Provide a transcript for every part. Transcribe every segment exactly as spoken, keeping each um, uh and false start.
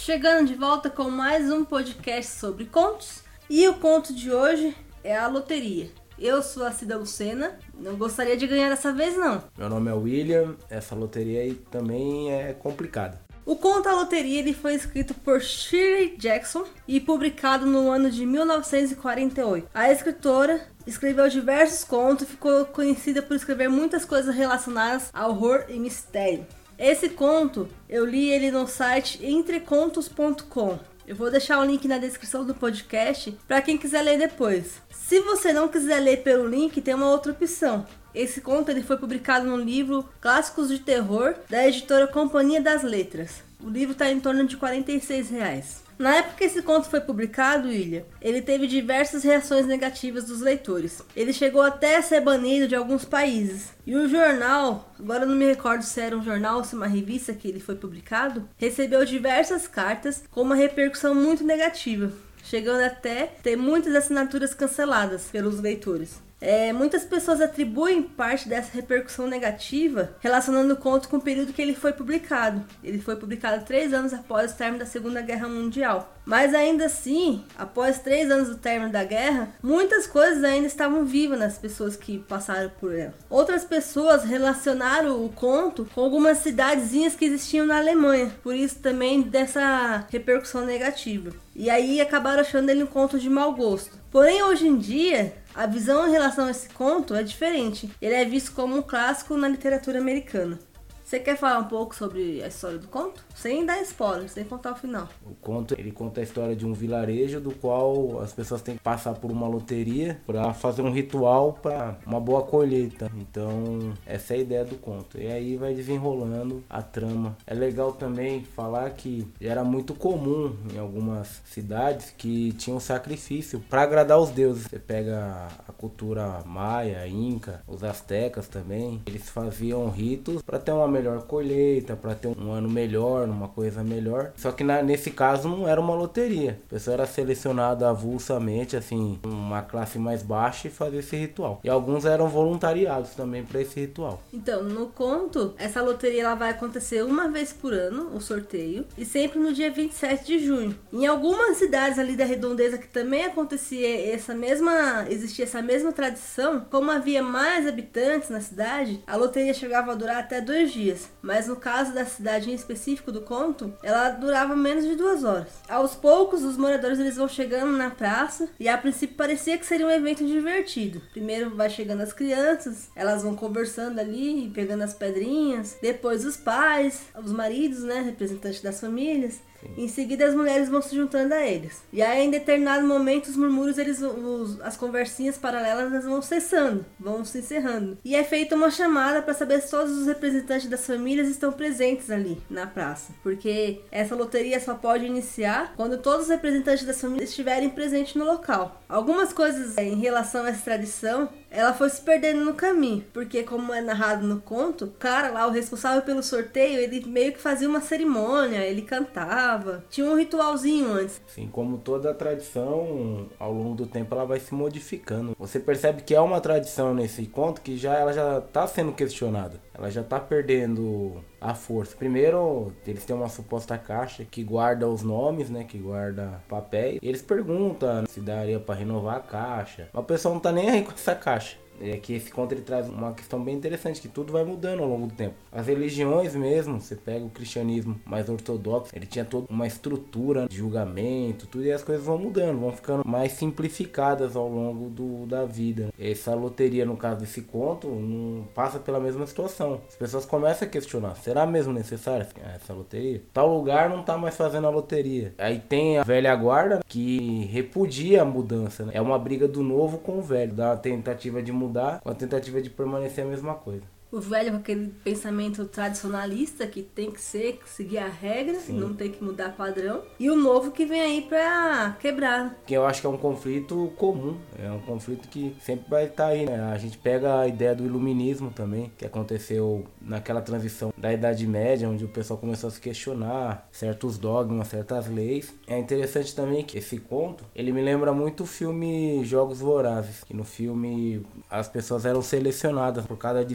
chegando de volta com mais um podcast sobre contos. E o conto de hoje é a loteria. Eu sou a Cida Lucena, não gostaria de ganhar dessa vez não. Meu nome é William, essa loteria aí também é complicada. O conto A Loteria ele foi escrito por Shirley Jackson e publicado no ano de mil novecentos e quarenta e oito. A escritora escreveu diversos contos e ficou conhecida por escrever muitas coisas relacionadas a horror e mistério. Esse conto, eu li ele no site entrecontos ponto com. Eu vou deixar o link na descrição do podcast para quem quiser ler depois. Se você não quiser ler pelo link, tem uma outra opção. Esse conto ele foi publicado no livro Clássicos de Terror, da editora Companhia das Letras. O livro está em torno de quarenta e seis reais. Na época que esse conto foi publicado, William, ele teve diversas reações negativas dos leitores. Ele chegou até a ser banido de alguns países. E o jornal, agora eu não me recordo se era um jornal ou se uma revista que ele foi publicado, recebeu diversas cartas com uma repercussão muito negativa, chegando até ter muitas assinaturas canceladas pelos leitores. É, muitas pessoas atribuem parte dessa repercussão negativa relacionando o conto com o período que ele foi publicado. Ele foi publicado três anos após o término da Segunda Guerra Mundial. Mas ainda assim, após três anos do término da guerra, muitas coisas ainda estavam vivas nas pessoas que passaram por ela. Outras pessoas relacionaram o conto com algumas cidadezinhas que existiam na Alemanha, por isso também dessa repercussão negativa. E aí acabaram achando ele um conto de mau gosto. Porém, hoje em dia, a visão em relação a esse conto é diferente. Ele é visto como um clássico na literatura americana. Você quer falar um pouco sobre a história do conto? Sem dar spoiler, sem contar o final. O conto, ele conta a história de um vilarejo do qual as pessoas têm que passar por uma loteria para fazer um ritual para uma boa colheita. Então, essa é a ideia do conto. E aí vai desenrolando a trama. É legal também falar que era muito comum em algumas cidades que tinham sacrifício para agradar os deuses. Você pega a cultura maia, inca, os astecas também. Eles faziam ritos para ter uma melhor colheita, para ter um ano melhor, uma coisa melhor. Só que na, nesse caso não era uma loteria. A pessoa era selecionada avulsamente, assim, uma classe mais baixa e fazia esse ritual. E alguns eram voluntariados também para esse ritual. Então, no conto, essa loteria ela vai acontecer uma vez por ano, o sorteio, e sempre no dia vinte e sete de junho. Em algumas cidades ali da redondeza que também acontecia essa mesma, existia essa mesma tradição, como havia mais habitantes na cidade, a loteria chegava a durar até dois dias. Mas no caso da cidade em específico do conto, ela durava menos de duas horas. Aos poucos, os moradores eles vão chegando na praça e a princípio parecia que seria um evento divertido. Primeiro vai chegando as crianças, elas vão conversando ali, pegando as pedrinhas. Depois os pais, os maridos, né, representantes das famílias. Em seguida as mulheres vão se juntando a eles. E aí em determinado momento os murmúrios, eles, os, as conversinhas paralelas elas vão cessando, vão se encerrando. E é feita uma chamada para saber se todos os representantes das famílias estão presentes ali na praça. Porque essa loteria só pode iniciar quando todos os representantes das famílias estiverem presentes no local. Algumas coisas é, em relação a essa tradição, ela foi se perdendo no caminho, porque como é narrado no conto, o cara lá, o responsável pelo sorteio, ele meio que fazia uma cerimônia, ele cantava, tinha um ritualzinho antes. Sim, como toda tradição, ao longo do tempo ela vai se modificando. Você percebe que é uma tradição nesse conto que já ela já está sendo questionada, ela já está perdendo a força. Primeiro, eles têm uma suposta caixa que guarda os nomes, né, que guarda papéis. Eles perguntam se daria para renovar a caixa. Mas o pessoal não tá nem aí com essa caixa. É que esse conto ele traz uma questão bem interessante, que tudo vai mudando ao longo do tempo. As religiões mesmo, você pega o cristianismo mais ortodoxo, ele tinha toda uma estrutura de julgamento, tudo, e as coisas vão mudando, vão ficando mais simplificadas ao longo do, da vida. Essa loteria, no caso desse conto, não passa pela mesma situação. As pessoas começam a questionar, será mesmo necessária essa loteria? Tal lugar não tá mais fazendo a loteria. Aí tem a velha guarda que repudia a mudança, né? É uma briga do novo com o velho, da tentativa de mudar mudar com a tentativa de permanecer a mesma coisa. O velho com aquele pensamento tradicionalista que tem que ser, seguir a regra, Sim. não tem que mudar padrão. E o novo que vem aí pra quebrar. Que eu acho que é um conflito comum, é um conflito que sempre vai estar aí, né? A gente pega a ideia do iluminismo também, que aconteceu naquela transição da Idade Média, onde o pessoal começou a se questionar certos dogmas, certas leis. É interessante também que esse conto, ele me lembra muito o filme Jogos Vorazes, que no filme as pessoas eram selecionadas por cada distrito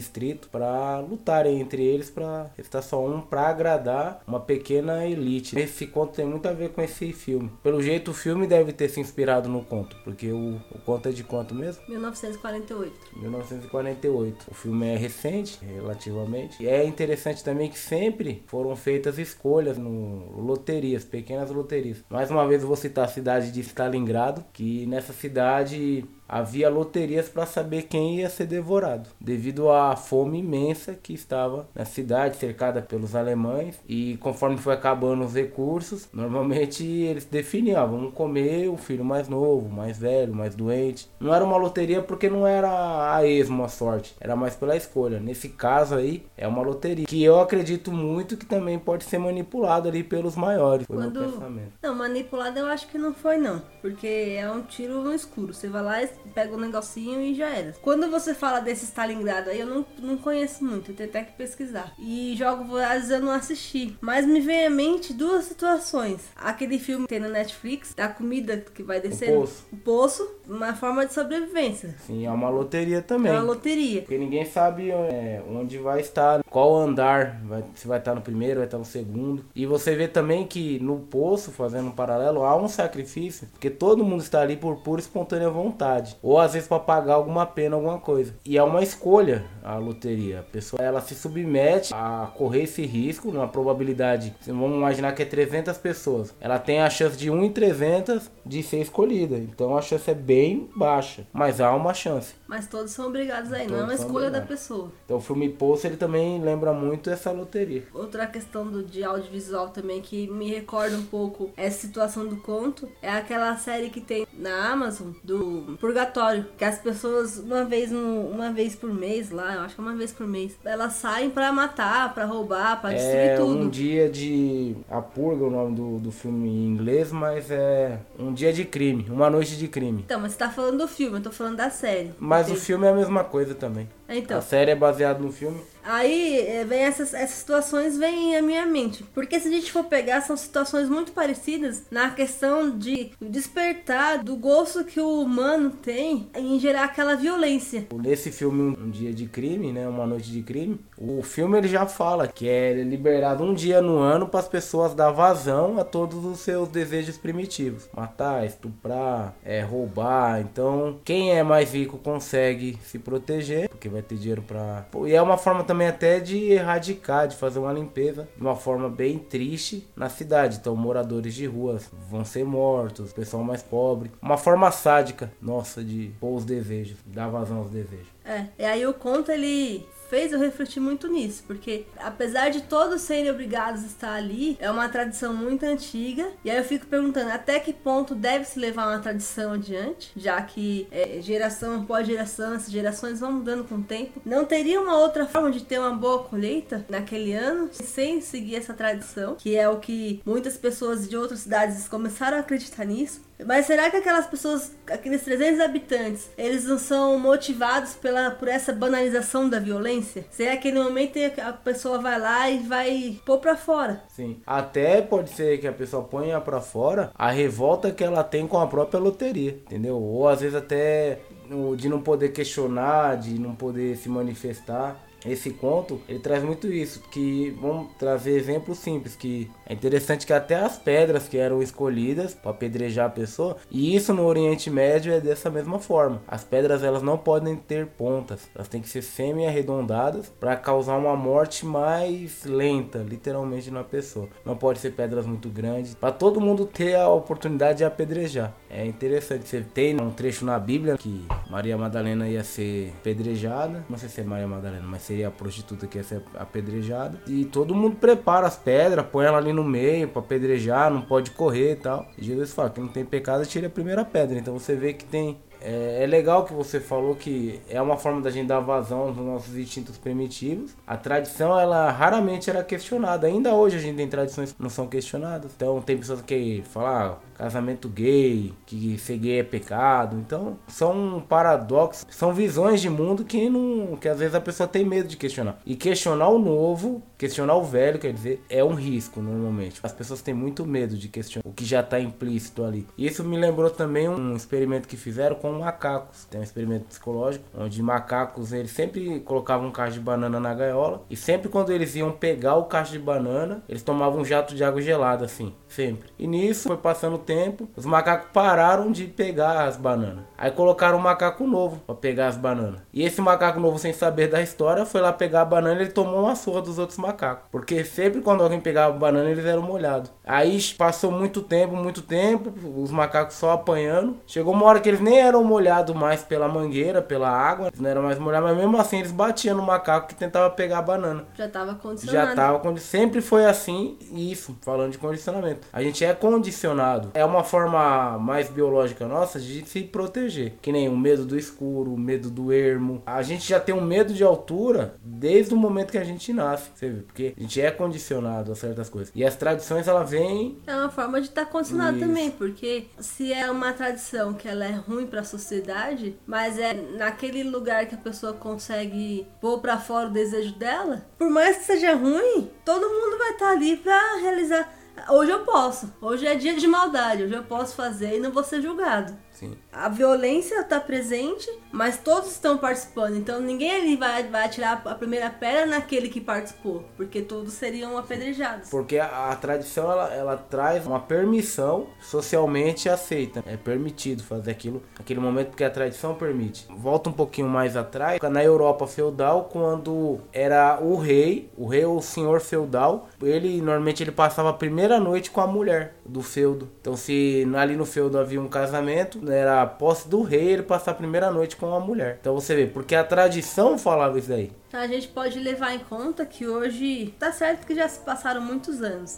para lutarem entre eles, para restar só um para agradar uma pequena elite. Esse conto tem muito a ver com esse filme. Pelo jeito o filme deve ter se inspirado no conto, porque o, o conto é de quanto mesmo? mil novecentos e quarenta e oito. mil novecentos e quarenta e oito. O filme é recente, relativamente. E é interessante também que sempre foram feitas escolhas no loterias, pequenas loterias. Mais uma vez eu vou citar a cidade de Stalingrado, que nessa cidade havia loterias para saber quem ia ser devorado, devido à fome imensa que estava na cidade, cercada pelos alemães. E conforme foi acabando os recursos, normalmente eles definiam, ah, vamos comer o filho mais novo, mais velho, mais doente. Não era uma loteria porque não era a esmo a sorte, era mais pela escolha. Nesse caso aí, é uma loteria, que eu acredito muito que também pode ser manipulado ali pelos maiores. Foi Quando... meu pensamento. Não, manipulado eu acho que não foi não, porque é um tiro no escuro. Você vai lá e pega um negocinho e já era. Quando você fala desse Stalingrado aí, eu não, não conheço muito, eu tenho até que pesquisar. E Jogos Vorazes eu não assisti, mas me vem à mente duas situações. Aquele filme que tem na Netflix, da comida que vai descer. O Poço. O Poço, uma forma de sobrevivência. Sim, é uma loteria também. É uma loteria. Porque ninguém sabe é, onde vai estar, qual andar, vai, se vai estar no primeiro, vai estar no segundo. E você vê também que no Poço, fazendo um paralelo, há um sacrifício, porque todo mundo está ali por pura e espontânea vontade. Ou às vezes para pagar alguma pena, alguma coisa. E é uma escolha a loteria. A pessoa ela se submete a correr esse risco, numa probabilidade, vamos imaginar que é trezentas pessoas. Ela tem a chance de um em trezentas de ser escolhida. Então a chance é bem baixa, mas há uma chance. Mas todos são obrigados aí, Todos não é uma são escolha obrigados. da pessoa. Então o filme Poço, ele também lembra muito essa loteria. Outra questão do, de audiovisual também que me recorda um pouco essa situação do conto é aquela série que tem na Amazon do Purgatório, que as pessoas uma vez, no, uma vez por mês lá, eu acho que é uma vez por mês, elas saem pra matar, pra roubar, pra destruir É tudo. um dia de... A Purga, o nome do, do filme em inglês, mas é um dia de crime, uma noite de crime. Então, mas você tá falando do filme, eu tô falando da série. Mas Entendi. o filme é a mesma coisa também. Então. A série é baseada no filme. Aí é, vem essas, essas situações vêm à minha mente. Porque se a gente for pegar, são situações muito parecidas na questão de despertar do gosto que o humano tem em gerar aquela violência. Nesse filme, Um Dia de Crime, né, Uma Noite de Crime, o filme ele já fala que é liberado um dia no ano para as pessoas dar vazão a todos os seus desejos primitivos. Matar, estuprar, é, roubar. Então, quem é mais rico consegue se proteger, porque vai ter dinheiro para... E é uma forma também até de erradicar, de fazer uma limpeza de uma forma bem triste na cidade. Então, moradores de ruas vão ser mortos, pessoal mais pobre. Uma forma sádica, nossa, de pôr os desejos, dar vazão aos desejos. É, e aí o conto ele fez eu refletir muito nisso, porque apesar de todos serem obrigados a estar ali, é uma tradição muito antiga, e aí eu fico perguntando até que ponto deve se levar uma tradição adiante, já que é, geração após geração, essas gerações vão mudando com o tempo. Não teria uma outra forma de ter uma boa colheita naquele ano sem seguir essa tradição, que é o que muitas pessoas de outras cidades começaram a acreditar nisso. Mas será que aquelas pessoas, aqueles trezentos habitantes, eles não são motivados pela, por essa banalização da violência? Será que no momento a pessoa vai lá e vai pôr pra fora? Sim, até pode ser que a pessoa ponha pra fora a revolta que ela tem com a própria loteria, entendeu? Ou às vezes até de não poder questionar, de não poder se manifestar. Esse conto, ele traz muito isso, que vamos trazer exemplos simples, que é interessante que até as pedras que eram escolhidas para apedrejar a pessoa, e isso no Oriente Médio é dessa mesma forma. As pedras elas não podem ter pontas, elas têm que ser semi-arredondadas para causar uma morte mais lenta, literalmente, na pessoa. Não pode ser pedras muito grandes, para todo mundo ter a oportunidade de apedrejar. É interessante, você tem um trecho na Bíblia que Maria Madalena ia ser apedrejada, não sei se é Maria Madalena, mas seria a prostituta que ia ser apedrejada, e todo mundo prepara as pedras, põe ela ali no meio para apedrejar, não pode correr e tal. E Jesus fala que não tem pecado, tira a primeira pedra. Então você vê que tem... É, é legal que você falou que é uma forma da gente dar vazão aos nossos instintos primitivos. A tradição, ela raramente era questionada. Ainda hoje a gente tem tradições que não são questionadas. Então tem pessoas que falam ah, casamento gay, que ser gay é pecado. Então são um paradoxos, são visões de mundo que, não, que às vezes a pessoa tem medo de questionar. E questionar o novo, questionar o velho, quer dizer, é um risco normalmente. As pessoas têm muito medo de questionar o que já está implícito ali. E isso me lembrou também um experimento que fizeram com com macacos. Tem um experimento psicológico, onde macacos, eles sempre colocavam um cacho de banana na gaiola, e sempre quando eles iam pegar o cacho de banana, eles tomavam um jato de água gelada, assim, sempre. E nisso, foi passando o tempo, os macacos pararam de pegar as bananas. Aí colocaram um macaco novo pra pegar as bananas. E esse macaco novo, sem saber da história, foi lá pegar a banana e ele tomou uma surra dos outros macacos. Porque sempre quando alguém pegava a banana, eles eram molhados. Aí passou muito tempo, muito tempo, os macacos só apanhando. Chegou uma hora que eles nem eram molhados mais pela mangueira, pela água. Eles não eram mais molhados, mas mesmo assim eles batiam no macaco que tentava pegar a banana. Já tava condicionado. Já tava, sempre foi assim, isso, falando de condicionamento. A gente é condicionado. É uma forma mais biológica nossa de se proteger. Que nem o medo do escuro, o medo do ermo. A gente já tem um medo de altura desde o momento que a gente nasce, você vê? Porque a gente é condicionado a certas coisas. E as tradições, ela vem... É uma forma de estar condicionado Isso. também, porque se é uma tradição que ela é ruim para a sociedade, mas é naquele lugar que a pessoa consegue pôr para fora o desejo dela, por mais que seja ruim, todo mundo vai estar ali para realizar. Hoje eu posso, hoje é dia de maldade, hoje eu posso fazer e não vou ser julgado. Sim. A violência está presente, mas todos estão participando. Então ninguém ali vai, vai atirar a primeira pedra naquele que participou, porque todos seriam apedrejados. Porque a, a tradição, ela, ela traz uma permissão socialmente aceita. É permitido fazer aquilo naquele momento, porque a tradição permite. Volta um pouquinho mais atrás, na Europa feudal, quando era o rei, o rei ou o senhor feudal, ele normalmente ele passava a primeira noite com a mulher do feudo. Então se ali no feudo havia um casamento, era a posse do rei ele passar a primeira noite com uma mulher. Então você vê, porque a tradição falava isso aí. A gente pode levar em conta que hoje, tá certo que já se passaram muitos anos,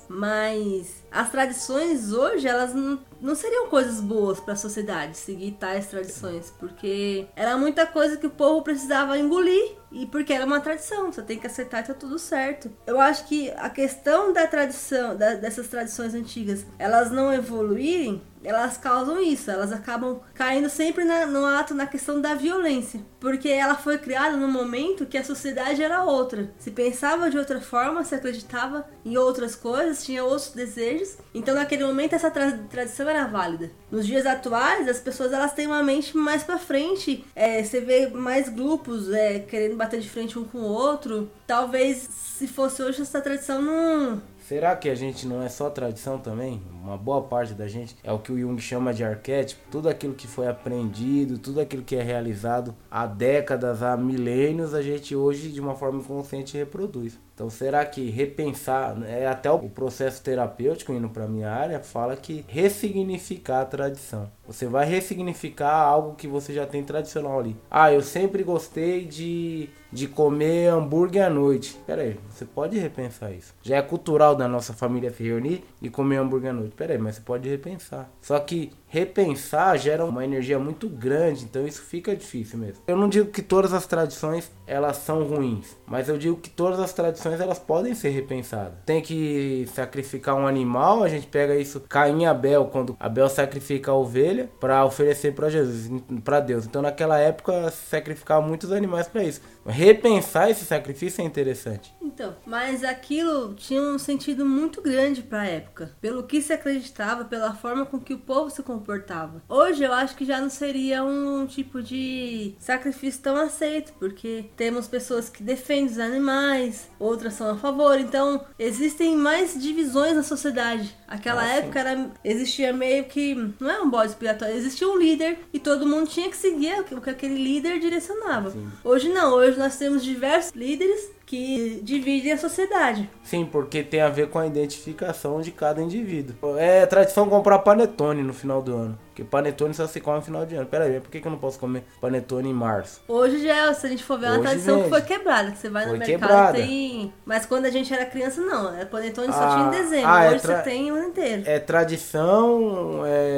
mas as tradições hoje, elas não, não seriam coisas boas para a sociedade, seguir tais tradições, porque era muita coisa que o povo precisava engolir, e porque era uma tradição, você tem que aceitar e tá tudo certo. Eu acho que a questão da tradição, da, dessas tradições antigas, elas não evoluírem, elas causam isso, elas acabam caindo sempre na, no ato, na questão da violência, porque ela foi criada no momento que a sociedade era outra, se pensava de outra forma, se acreditava em outras coisas, tinha outros desejos, então naquele momento essa tra- tradição era válida. Nos dias atuais, as pessoas elas têm uma mente mais pra frente, é, você vê mais grupos é, querendo bater de frente um com o outro, talvez se fosse hoje essa tradição não... Será que a gente não é só tradição também? Uma boa parte da gente é o que o Jung chama de arquétipo. Tudo aquilo que foi aprendido, tudo aquilo que é realizado há décadas, há milênios, a gente hoje de uma forma inconsciente reproduz. Então será que repensar, é até o processo terapêutico, indo para minha área, fala que ressignificar a tradição. Você vai ressignificar algo que você já tem tradicional ali. Ah, eu sempre gostei de, de comer hambúrguer à noite. Pera aí, você pode repensar isso. Já é cultural da nossa família se reunir e comer hambúrguer à noite. Pera aí, mas você pode repensar. Só que repensar gera uma energia muito grande, então isso fica difícil mesmo. Eu não digo que todas as tradições elas são ruins, mas eu digo que todas as tradições elas podem ser repensadas. Tem que sacrificar um animal, a gente pega isso, Caim e Abel, quando Abel sacrifica a ovelha para oferecer para Jesus, para Deus. Então naquela época sacrificavam muitos animais para isso. Repensar esse sacrifício é interessante. Então, mas aquilo tinha um sentido muito grande para a época, pelo que se acreditava, pela forma com que o povo se comportava. Hoje eu acho que já não seria um tipo de sacrifício tão aceito, porque temos pessoas que defendem os animais, outras são a favor, então existem mais divisões na sociedade. Aquela ah, época era, existia meio que, não é um bode expiatório, existia um líder e todo mundo tinha que seguir o que aquele líder direcionava. Sim. Hoje não, hoje nós temos diversos líderes que dividem a sociedade. Sim, porque tem a ver com a identificação de cada indivíduo. É tradição comprar panetone no final do ano, porque panetone só se come no final de ano. Pera aí, por que, que eu não posso comer panetone em março? Hoje já, se a gente for ver, é uma tradição vende. que foi quebrada, que você vai foi no mercado quebrada. tem... Mas quando a gente era criança, não, é panetone só ah, tinha em dezembro, ah, hoje é tra... você tem o ano inteiro. É tradição,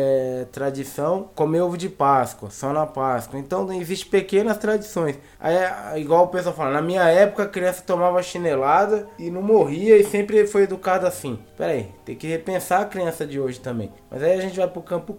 é tradição comer ovo de Páscoa, só na Páscoa. Então existem pequenas tradições. Aí, igual o pessoal fala, na minha época a criança tomava chinelada e não morria e sempre foi educada assim. Pera aí, tem que repensar a criança de hoje também. Mas aí a gente vai pro campo clínico.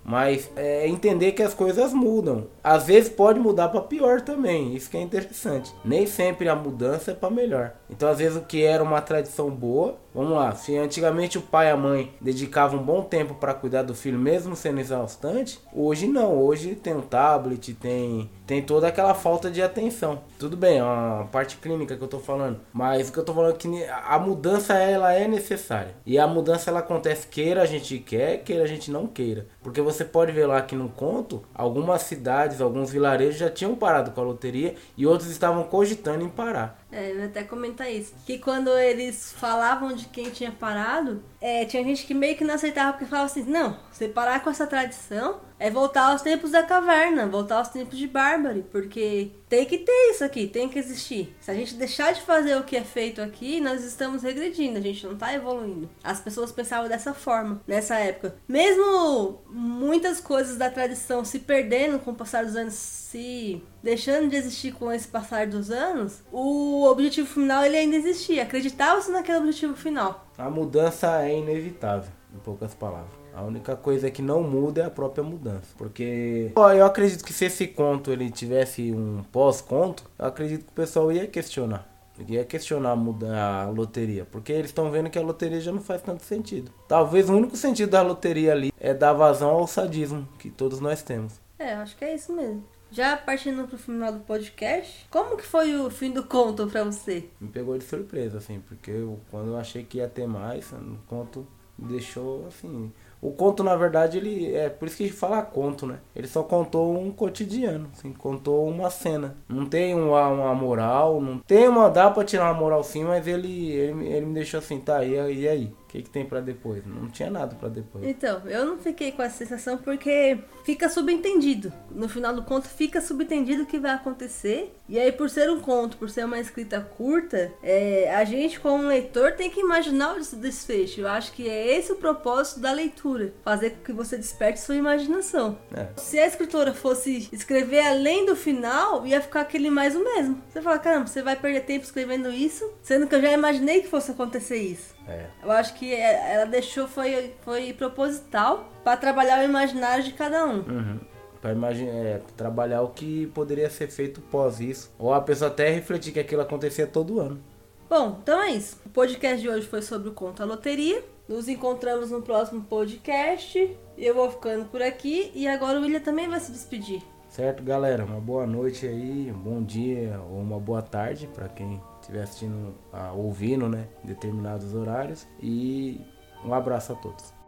Mas é entender que as coisas mudam. Às vezes pode mudar para pior também. Isso que é interessante. Nem sempre a mudança é para melhor. Então às vezes o que era uma tradição boa, vamos lá, se antigamente o pai e a mãe dedicavam um bom tempo para cuidar do filho mesmo sendo exaustante, hoje não. Hoje tem um tablet, tem, tem toda aquela falta de atenção. Tudo bem, é uma parte clínica que eu tô falando. Mas o que eu tô falando é que a mudança ela é necessária. E a mudança ela acontece queira a gente quer, queira a gente não queira. Porque você pode ver lá que no conto, algumas cidades, alguns vilarejos já tinham parado com a loteria e outros estavam cogitando em parar. É, eu ia até comentar isso. Que quando eles falavam de quem tinha parado, é, tinha gente que meio que não aceitava, porque falava assim, não, você parar com essa tradição é voltar aos tempos da caverna, voltar aos tempos de Bárbaro, porque tem que ter isso aqui, tem que existir. Se a gente deixar de fazer o que é feito aqui, nós estamos regredindo, a gente não está evoluindo. As pessoas pensavam dessa forma, nessa época. Mesmo muitas coisas da tradição se perdendo com o passar dos anos, se deixando de existir com esse passar dos anos, o objetivo final ele ainda existia, acreditava-se naquele objetivo final. A mudança é inevitável, em poucas palavras. A única coisa que não muda é a própria mudança. Porque ó, eu acredito que se esse conto ele tivesse um pós-conto, eu acredito que o pessoal ia questionar. Ia questionar mudar a loteria. Porque eles estão vendo que a loteria já não faz tanto sentido. Talvez o único sentido da loteria ali é dar vazão ao sadismo que todos nós temos. É, acho que é isso mesmo. Já partindo pro final do podcast, como que foi o fim do conto pra você? Me pegou de surpresa, assim, porque eu, quando eu achei que ia ter mais, o conto me deixou, assim... O conto, na verdade, ele é por isso que a gente fala conto, né? Ele só contou um cotidiano, assim, contou uma cena. Não tem uma, uma moral, não tem uma... Dá pra tirar uma moral sim, mas ele, ele, ele me deixou assim, tá, e, e aí? O que, que tem pra depois? Não tinha nada pra depois. Então, eu não fiquei com essa sensação porque fica subentendido. No final do conto fica subentendido o que vai acontecer. E aí, por ser um conto, por ser uma escrita curta, é, a gente como leitor tem que imaginar o desfecho. Eu acho que é esse o propósito da leitura. Fazer com que você desperte sua imaginação. É. Se a escritora fosse escrever além do final, ia ficar aquele mais o mesmo. Você fala, caramba, você vai perder tempo escrevendo isso, sendo que eu já imaginei que fosse acontecer isso. É. Eu acho que ela deixou, foi, foi proposital para trabalhar o imaginário de cada um. Uhum. Para imaginar, é, trabalhar o que poderia ser feito pós isso. Ou a pessoa até refletir que aquilo acontecia todo ano. Bom, então é isso. O podcast de hoje foi sobre o conto A Loteria. Nos encontramos no próximo podcast. Eu vou ficando por aqui e agora o William também vai se despedir. Certo, galera? Uma boa noite aí, um bom dia ou uma boa tarde para quem estiver assistindo, ah, ouvindo, né, em determinados horários. E um abraço a todos.